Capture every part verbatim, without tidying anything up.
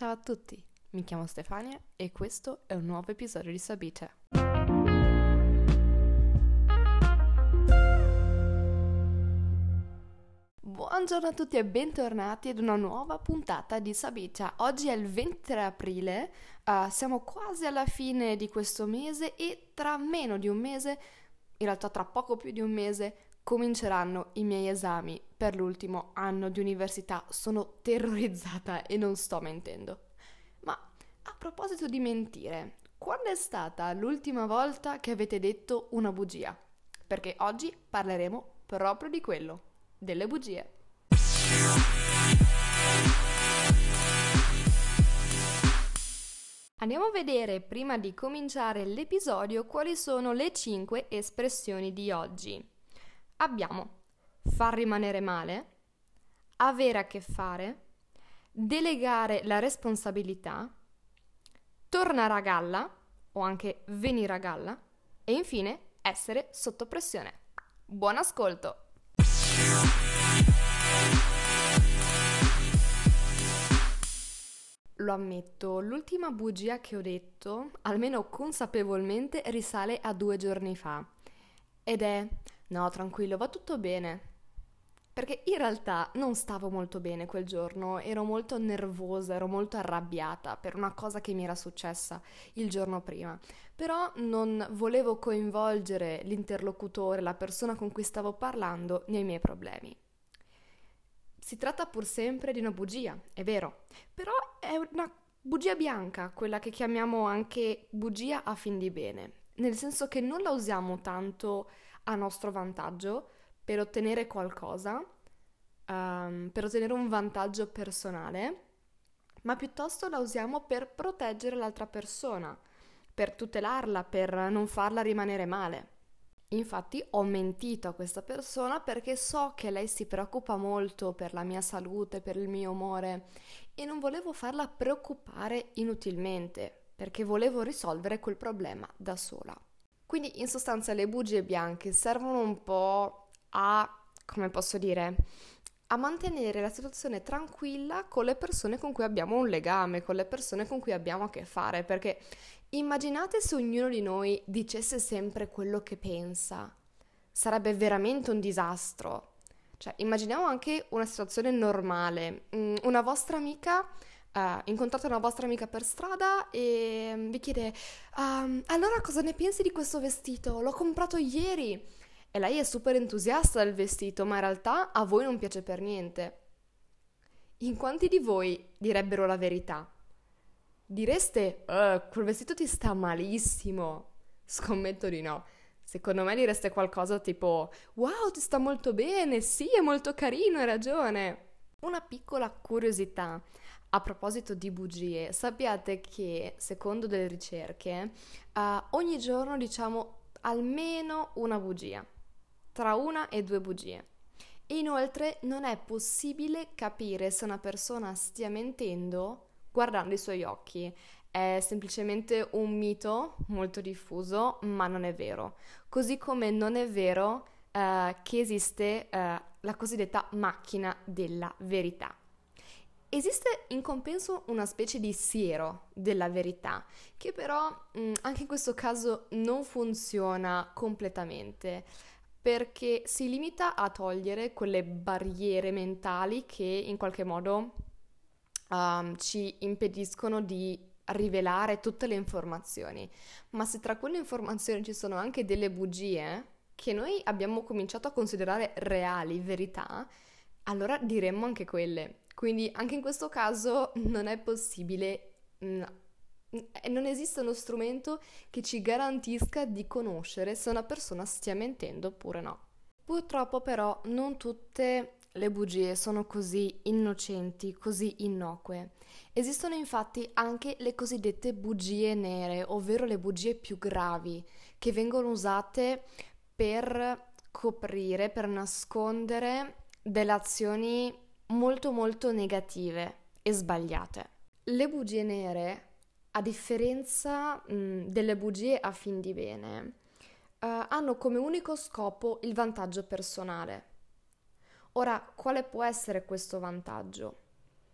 Ciao a tutti, mi chiamo Stefania e questo è un nuovo episodio di Sabite. Buongiorno a tutti e bentornati ad una nuova puntata di Sabita. Oggi è il ventitré aprile, uh, siamo quasi alla fine di questo mese e tra meno di un mese, in realtà tra poco più di un mese, cominceranno i miei esami per l'ultimo anno di università. Sono terrorizzata e non sto mentendo. Ma a proposito di mentire, quando è stata l'ultima volta che avete detto una bugia? Perché oggi parleremo proprio di quello. Delle bugie. Andiamo a vedere, prima di cominciare l'episodio, quali sono le cinque espressioni di oggi. Abbiamo far rimanere male, avere a che fare, delegare la responsabilità, tornare a galla, o anche venire a galla, e infine essere sotto pressione. Buon ascolto! Lo ammetto, l'ultima bugia che ho detto, almeno consapevolmente, risale a due giorni fa. Ed è, no, tranquillo, va tutto bene. Perché in realtà non stavo molto bene quel giorno, ero molto nervosa, ero molto arrabbiata per una cosa che mi era successa il giorno prima. Però non volevo coinvolgere l'interlocutore, la persona con cui stavo parlando, nei miei problemi. Si tratta pur sempre di una bugia, è vero, però è una bugia bianca, quella che chiamiamo anche bugia a fin di bene, nel senso che non la usiamo tanto a nostro vantaggio per ottenere qualcosa, um, per ottenere un vantaggio personale, ma piuttosto la usiamo per proteggere l'altra persona, per tutelarla, per non farla rimanere male. Infatti ho mentito a questa persona perché so che lei si preoccupa molto per la mia salute, per il mio umore e non volevo farla preoccupare inutilmente perché volevo risolvere quel problema da sola. Quindi in sostanza le bugie bianche servono un po' a, come posso dire, a mantenere la situazione tranquilla con le persone con cui abbiamo un legame, con le persone con cui abbiamo a che fare, perché immaginate se ognuno di noi dicesse sempre quello che pensa. Sarebbe veramente un disastro. Cioè, immaginiamo anche una situazione normale. Una vostra amica, uh, incontrate una vostra amica per strada e vi chiede um, allora cosa ne pensi di questo vestito? L'ho comprato ieri. E lei è super entusiasta del vestito, ma in realtà a voi non piace per niente. In quanti di voi direbbero la verità? Direste, uh, quel vestito ti sta malissimo. Scommetto di no. Secondo me direste qualcosa tipo, wow, ti sta molto bene, sì, è molto carino, hai ragione. Una piccola curiosità. A proposito di bugie, sappiate che, secondo delle ricerche, uh, ogni giorno diciamo almeno una bugia. Tra una e due bugie. E inoltre non è possibile capire se una persona stia mentendo guardando i suoi occhi. È semplicemente un mito molto diffuso, ma non è vero. Così come non è vero eh, che esiste eh, la cosiddetta macchina della verità. Esiste in compenso una specie di siero della verità, che però mh, anche in questo caso non funziona completamente, perché si limita a togliere quelle barriere mentali che in qualche modo um, ci impediscono di rivelare tutte le informazioni. Ma se tra quelle informazioni ci sono anche delle bugie che noi abbiamo cominciato a considerare reali, verità, allora diremmo anche quelle. Quindi anche in questo caso non è possibile, no, non esiste uno strumento che ci garantisca di conoscere se una persona stia mentendo oppure no. Purtroppo però non tutte le bugie sono così innocenti, così innocue. Esistono infatti anche le cosiddette bugie nere, ovvero le bugie più gravi, che vengono usate per coprire, per nascondere delle azioni molto molto negative e sbagliate. Le bugie nere, a differenza mh, delle bugie a fin di bene, uh, hanno come unico scopo il vantaggio personale. Ora, quale può essere questo vantaggio?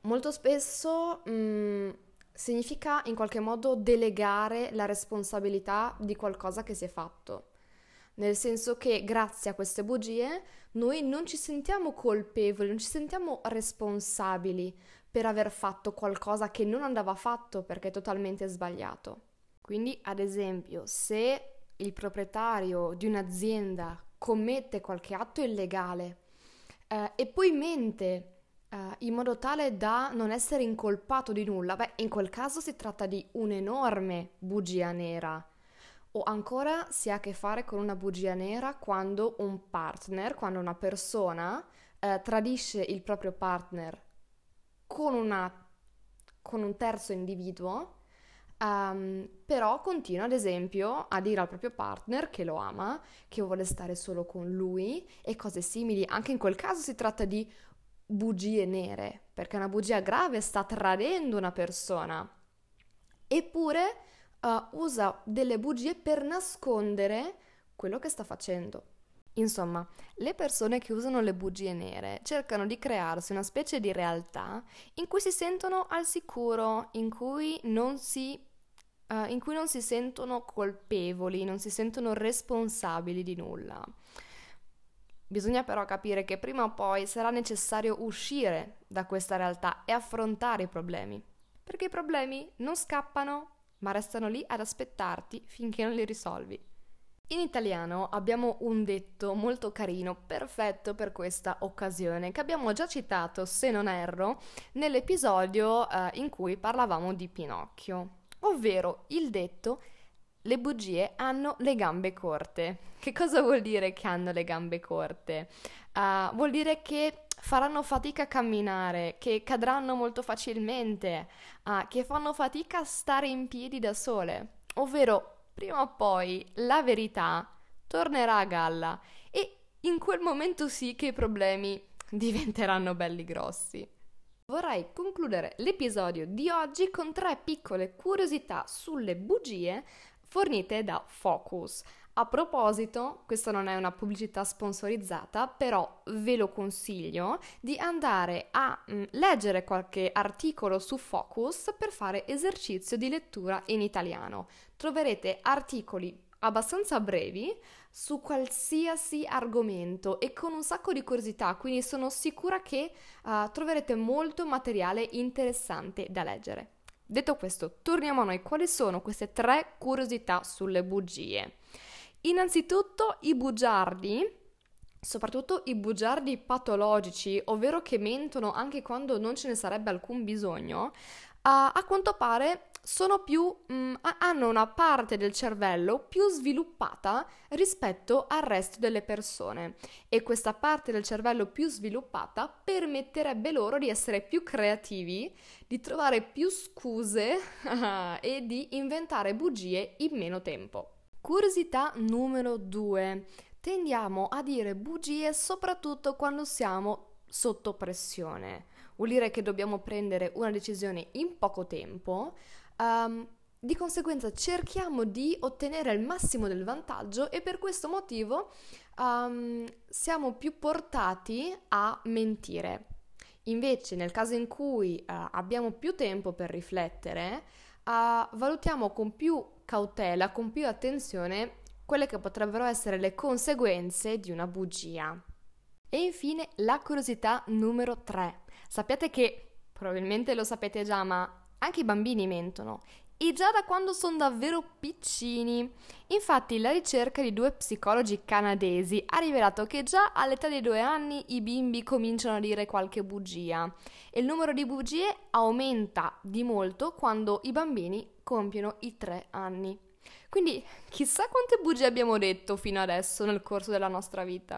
Molto spesso mm, significa in qualche modo delegare la responsabilità di qualcosa che si è fatto. Nel senso che grazie a queste bugie noi non ci sentiamo colpevoli, non ci sentiamo responsabili per aver fatto qualcosa che non andava fatto perché è totalmente sbagliato. Quindi, ad esempio, se il proprietario di un'azienda commette qualche atto illegale eh, e poi mente eh, in modo tale da non essere incolpato di nulla, beh, in quel caso si tratta di un'enorme bugia nera. O ancora si ha a che fare con una bugia nera quando un partner, quando una persona eh, tradisce il proprio partner con, una, con un terzo individuo, um, però continua ad esempio a dire al proprio partner che lo ama, che vuole stare solo con lui e cose simili. Anche in quel caso si tratta di bugie nere, perché una bugia grave sta tradendo una persona. Eppure uh, usa delle bugie per nascondere quello che sta facendo. Insomma, le persone che usano le bugie nere cercano di crearsi una specie di realtà in cui si sentono al sicuro, in cui non si, uh, in cui non si sentono colpevoli, non si sentono responsabili di nulla. Bisogna però capire che prima o poi sarà necessario uscire da questa realtà e affrontare i problemi, perché i problemi non scappano, ma restano lì ad aspettarti finché non li risolvi. In italiano abbiamo un detto molto carino, perfetto per questa occasione, che abbiamo già citato, se non erro, nell'episodio eh, in cui parlavamo di Pinocchio, ovvero il detto le bugie hanno le gambe corte. Che cosa vuol dire che hanno le gambe corte? Uh, vuol dire che faranno fatica a camminare, che cadranno molto facilmente, uh, che fanno fatica a stare in piedi da sole, ovvero prima o poi la verità tornerà a galla e in quel momento sì che i problemi diventeranno belli grossi. Vorrei concludere l'episodio di oggi con tre piccole curiosità sulle bugie fornite da Focus. A proposito, questa non è una pubblicità sponsorizzata, però ve lo consiglio di andare a mh, leggere qualche articolo su Focus per fare esercizio di lettura in italiano. Troverete articoli abbastanza brevi su qualsiasi argomento e con un sacco di curiosità, quindi sono sicura che uh, troverete molto materiale interessante da leggere. Detto questo, torniamo a noi. Quali sono queste tre curiosità sulle bugie? Innanzitutto i bugiardi, soprattutto i bugiardi patologici, ovvero che mentono anche quando non ce ne sarebbe alcun bisogno, uh, a quanto pare sono più, mh, hanno una parte del cervello più sviluppata rispetto al resto delle persone e questa parte del cervello più sviluppata permetterebbe loro di essere più creativi, di trovare più scuse e di inventare bugie in meno tempo. Curiosità numero due. Tendiamo a dire bugie soprattutto quando siamo sotto pressione. Vuol dire che dobbiamo prendere una decisione in poco tempo. Um, di conseguenza cerchiamo di ottenere il massimo del vantaggio e per questo motivo um, siamo più portati a mentire. Invece nel caso in cui uh, abbiamo più tempo per riflettere, uh, valutiamo con più cautela, con più attenzione quelle che potrebbero essere le conseguenze di una bugia. E infine la curiosità numero tre. Sappiate che, probabilmente lo sapete già, ma anche i bambini mentono, e già da quando sono davvero piccini. Infatti la ricerca di due psicologi canadesi ha rivelato che già all'età di due anni i bimbi cominciano a dire qualche bugia e il numero di bugie aumenta di molto quando i bambini compiono i tre anni. Quindi chissà quante bugie abbiamo detto fino adesso nel corso della nostra vita.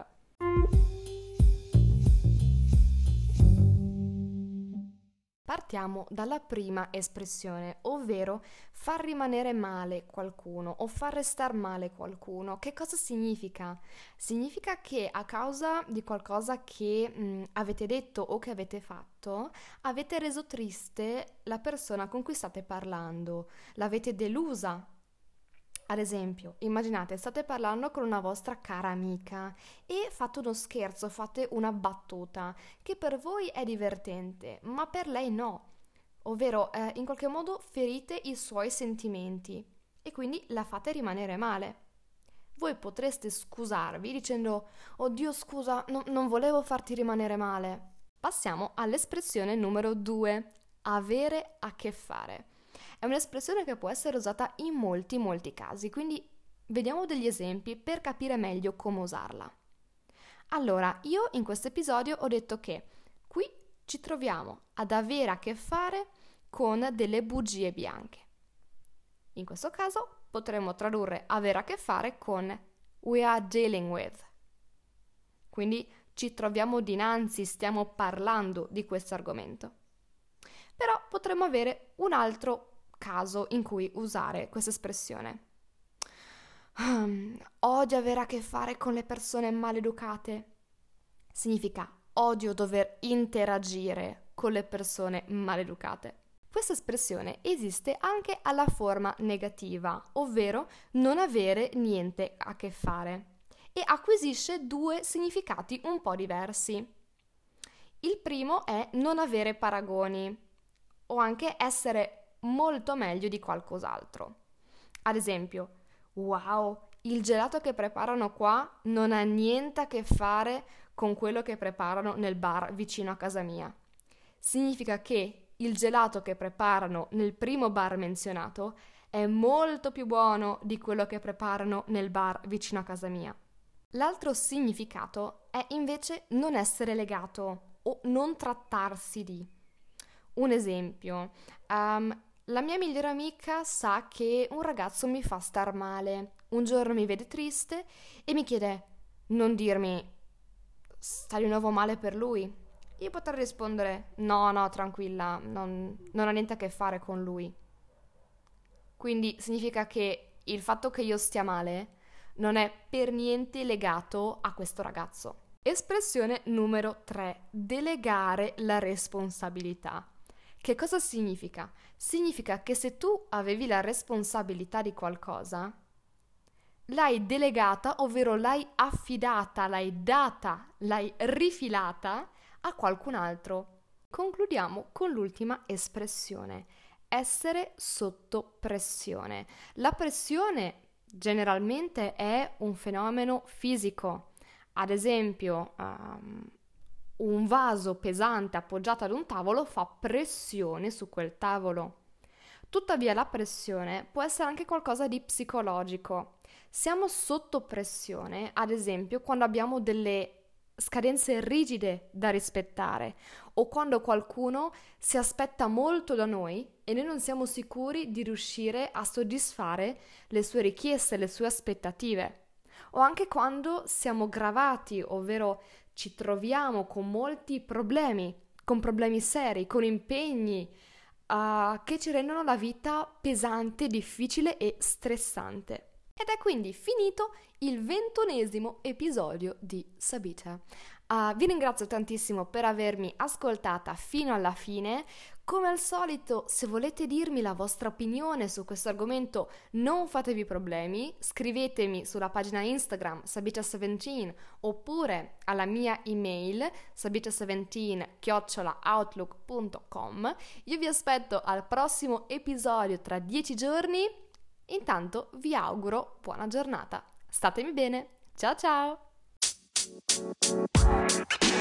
Partiamo dalla prima espressione, ovvero far rimanere male qualcuno o far restar male qualcuno. Che cosa significa? Significa che a causa di qualcosa che mh, avete detto o che avete fatto, avete reso triste la persona con cui state parlando, l'avete delusa, Ad esempio, immaginate, state parlando con una vostra cara amica e fate uno scherzo, fate una battuta che per voi è divertente, ma per lei no. Ovvero, eh, in qualche modo ferite i suoi sentimenti e quindi la fate rimanere male. Voi potreste scusarvi dicendo: oddio, scusa, no- non volevo farti rimanere male. Passiamo all'espressione numero due, avere a che fare. È un'espressione che può essere usata in molti, molti casi, quindi vediamo degli esempi per capire meglio come usarla. Allora, io in questo episodio ho detto che qui ci troviamo ad avere a che fare con delle bugie bianche. In questo caso potremmo tradurre avere a che fare con we are dealing with. Quindi ci troviamo dinanzi, stiamo parlando di questo argomento. Però potremmo avere un altro caso in cui usare questa espressione. Um, odio avere a che fare con le persone maleducate. Significa odio dover interagire con le persone maleducate. Questa espressione esiste anche alla forma negativa, ovvero non avere niente a che fare, e acquisisce due significati un po' diversi. Il primo è non avere paragoni, o anche essere molto meglio di qualcos'altro. Ad esempio, wow, il gelato che preparano qua non ha niente a che fare con quello che preparano nel bar vicino a casa mia. Significa che il gelato che preparano nel primo bar menzionato è molto più buono di quello che preparano nel bar vicino a casa mia. L'altro significato è invece non essere legato o non trattarsi di. Un esempio, um, la mia migliore amica sa che un ragazzo mi fa star male. Un giorno mi vede triste e mi chiede: non dirmi, stai di nuovo male per lui? Io potrei rispondere: no, no, tranquilla, non, non ha niente a che fare con lui. Quindi significa che il fatto che io stia male non è per niente legato a questo ragazzo. Espressione numero tre, delegare la responsabilità. Che cosa significa? Significa che se tu avevi la responsabilità di qualcosa, l'hai delegata, ovvero l'hai affidata, l'hai data, l'hai rifilata a qualcun altro. Concludiamo con l'ultima espressione, essere sotto pressione. La pressione generalmente è un fenomeno fisico. Ad esempio, um, un vaso pesante appoggiato ad un tavolo fa pressione su quel tavolo. Tuttavia la pressione può essere anche qualcosa di psicologico. Siamo sotto pressione, ad esempio, quando abbiamo delle scadenze rigide da rispettare o quando qualcuno si aspetta molto da noi e noi non siamo sicuri di riuscire a soddisfare le sue richieste, le sue aspettative. O anche quando siamo gravati, ovvero ci troviamo con molti problemi, con problemi seri, con impegni uh, che ci rendono la vita pesante, difficile e stressante. Ed è quindi finito il ventunesimo episodio di Sabita. Uh, vi ringrazio tantissimo per avermi ascoltata fino alla fine. Come al solito, se volete dirmi la vostra opinione su questo argomento, non fatevi problemi, scrivetemi sulla pagina Instagram sabita diciassette oppure alla mia email sabita diciassette chiocciola outlook punto com. Io vi aspetto al prossimo episodio tra dieci giorni. Intanto vi auguro buona giornata. Statemi bene. Ciao ciao!